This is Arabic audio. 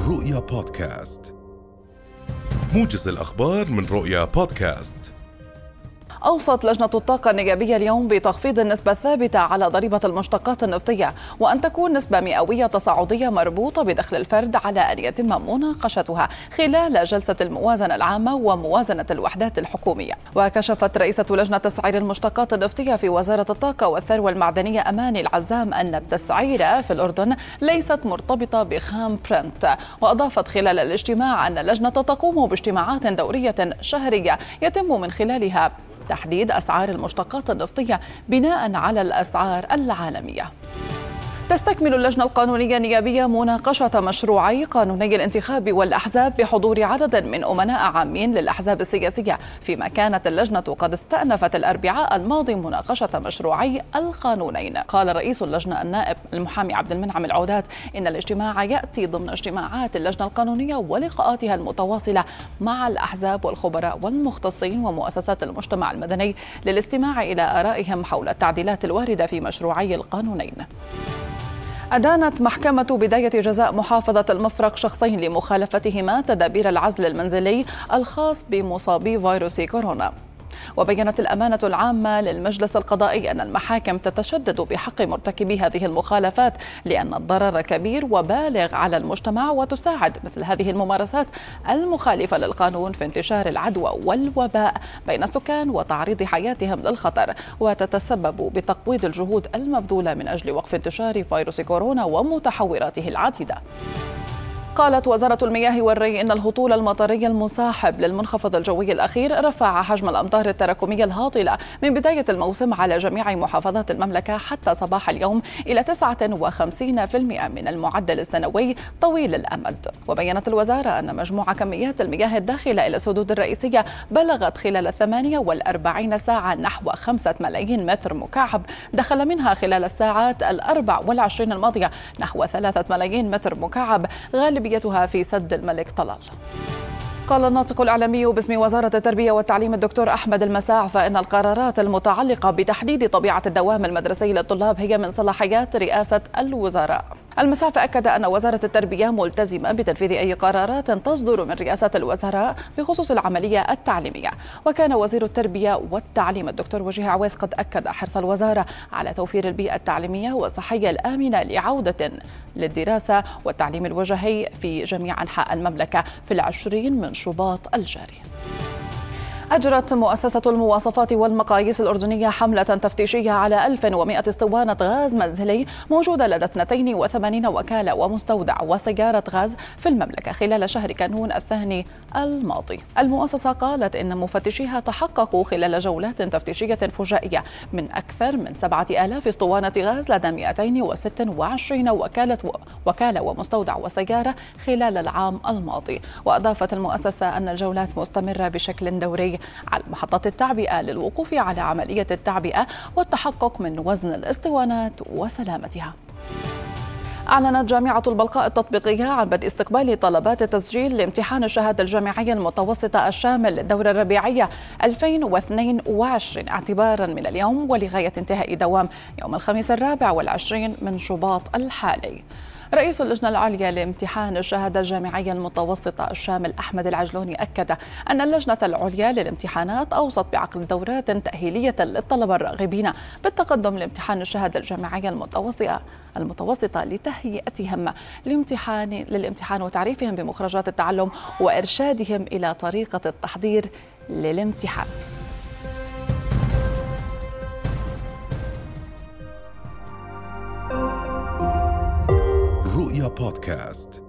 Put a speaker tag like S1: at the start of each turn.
S1: رؤيا بودكاست، موجز الأخبار من رؤيا بودكاست.
S2: أوصت لجنة الطاقة النيابية اليوم بتخفيض النسبة الثابتة على ضريبة المشتقات النفطية، وأن تكون نسبة مئوية تصاعدية مربوطة بدخل الفرد على أن يتم مناقشتها خلال جلسة الموازنة العامة وموازنة الوحدات الحكومية. وكشفت رئيسة لجنة تسعير المشتقات النفطية في وزارة الطاقة والثروة المعدنية أماني العزام أن التسعير في الأردن ليست مرتبطة بخام برنت. وأضافت خلال الاجتماع أن اللجنة تقوم باجتماعات دورية شهرية يتم من خلالها تحديد أسعار المشتقات النفطية بناء على الأسعار العالمية. تستكمل اللجنة القانونية النيابية مناقشة مشروعي قانوني الانتخاب والأحزاب بحضور عدد من أمناء عامين للأحزاب السياسية، فيما كانت اللجنة قد استأنفت الأربعاء الماضي مناقشة مشروعي القانونين. قال رئيس اللجنة النائب المحامي عبد المنعم العودات إن الاجتماع يأتي ضمن اجتماعات اللجنة القانونية ولقاءاتها المتواصلة مع الأحزاب والخبراء والمختصين ومؤسسات المجتمع المدني للاستماع إلى آرائهم حول التعديلات الواردة في مشروعي القانونين. أدانت محكمة بداية جزاء محافظة المفرق شخصين لمخالفتهما تدابير العزل المنزلي الخاص بمصابي فيروس كورونا. وبيّنت الأمانة العامة للمجلس القضائي أن المحاكم تتشدد بحق مرتكبي هذه المخالفات لأن الضرر كبير وبالغ على المجتمع، وتساعد مثل هذه الممارسات المخالفة للقانون في انتشار العدوى والوباء بين السكان وتعريض حياتهم للخطر، وتتسبب بتقويض الجهود المبذولة من أجل وقف انتشار فيروس كورونا ومتحوراته العديدة. قالت وزارة المياه والري إن الهطول المطري المصاحب للمنخفض الجوي الأخير رفع حجم الأمطار التراكمية الهاطلة من بداية الموسم على جميع محافظات المملكة حتى صباح اليوم إلى 59% من المعدل السنوي طويل الأمد. وبيّنت الوزارة أن مجموع كميات المياه الداخلة إلى السدود الرئيسية بلغت خلال 48 ساعة نحو 5 ملايين متر مكعب، دخل منها خلال الساعات 24 الماضية نحو 3 ملايين متر مكعب، غالبيتها في سد الملك طلال. قال الناطق الإعلامي باسم وزارة التربية والتعليم الدكتور أحمد المساع فإن القرارات المتعلقة بتحديد طبيعة الدوام المدرسي للطلاب هي من صلاحيات رئاسة الوزراء. المساع أكد أن وزارة التربية ملتزمة بتنفيذ أي قرارات تصدر من رئاسة الوزراء بخصوص العملية التعليمية. وكان وزير التربية والتعليم الدكتور وجيه عويس قد أكد حرص الوزارة على توفير البيئة التعليمية والصحية الآمنة لعودة للدراسة والتعليم الوجاهي في جميع أنحاء المملكة في 20 من شباط الجاري. أجرت مؤسسة المواصفات والمقاييس الأردنية حملة تفتيشية على 1100 اسطوانة غاز منزلي موجودة لدى 82 وكالة ومستودع وسيارة غاز في المملكة خلال شهر كانون الثاني الماضي. المؤسسة قالت إن مفتشيها تحققوا خلال جولات تفتيشية فجائية من أكثر من 7000 اسطوانة غاز لدى 226 وكالة ومستودع وسيارة خلال العام الماضي. وأضافت المؤسسة أن الجولات مستمرة بشكل دوري على محطات التعبئة للوقوف على عملية التعبئة والتحقق من وزن الاسطوانات وسلامتها. أعلنت جامعة البلقاء التطبيقية عن بدء استقبال طلبات التسجيل لامتحان الشهادة الجامعية المتوسطة الشامل للدورة الربيعية 2022 اعتبارا من اليوم ولغاية انتهاء دوام يوم الخميس 24 من شباط الحالي. رئيس اللجنة العليا لامتحان الشهادة الجامعية المتوسطة الشامل أحمد العجلوني أكد أن اللجنة العليا للامتحانات أوصت بعقد دورات تأهيلية للطلبة الراغبين بالتقدم لامتحان الشهادة الجامعية المتوسطة لتهيئتهم للامتحان وتعريفهم بمخرجات التعلم وإرشادهم إلى طريقة التحضير للامتحان.
S1: رؤيا بودكاست.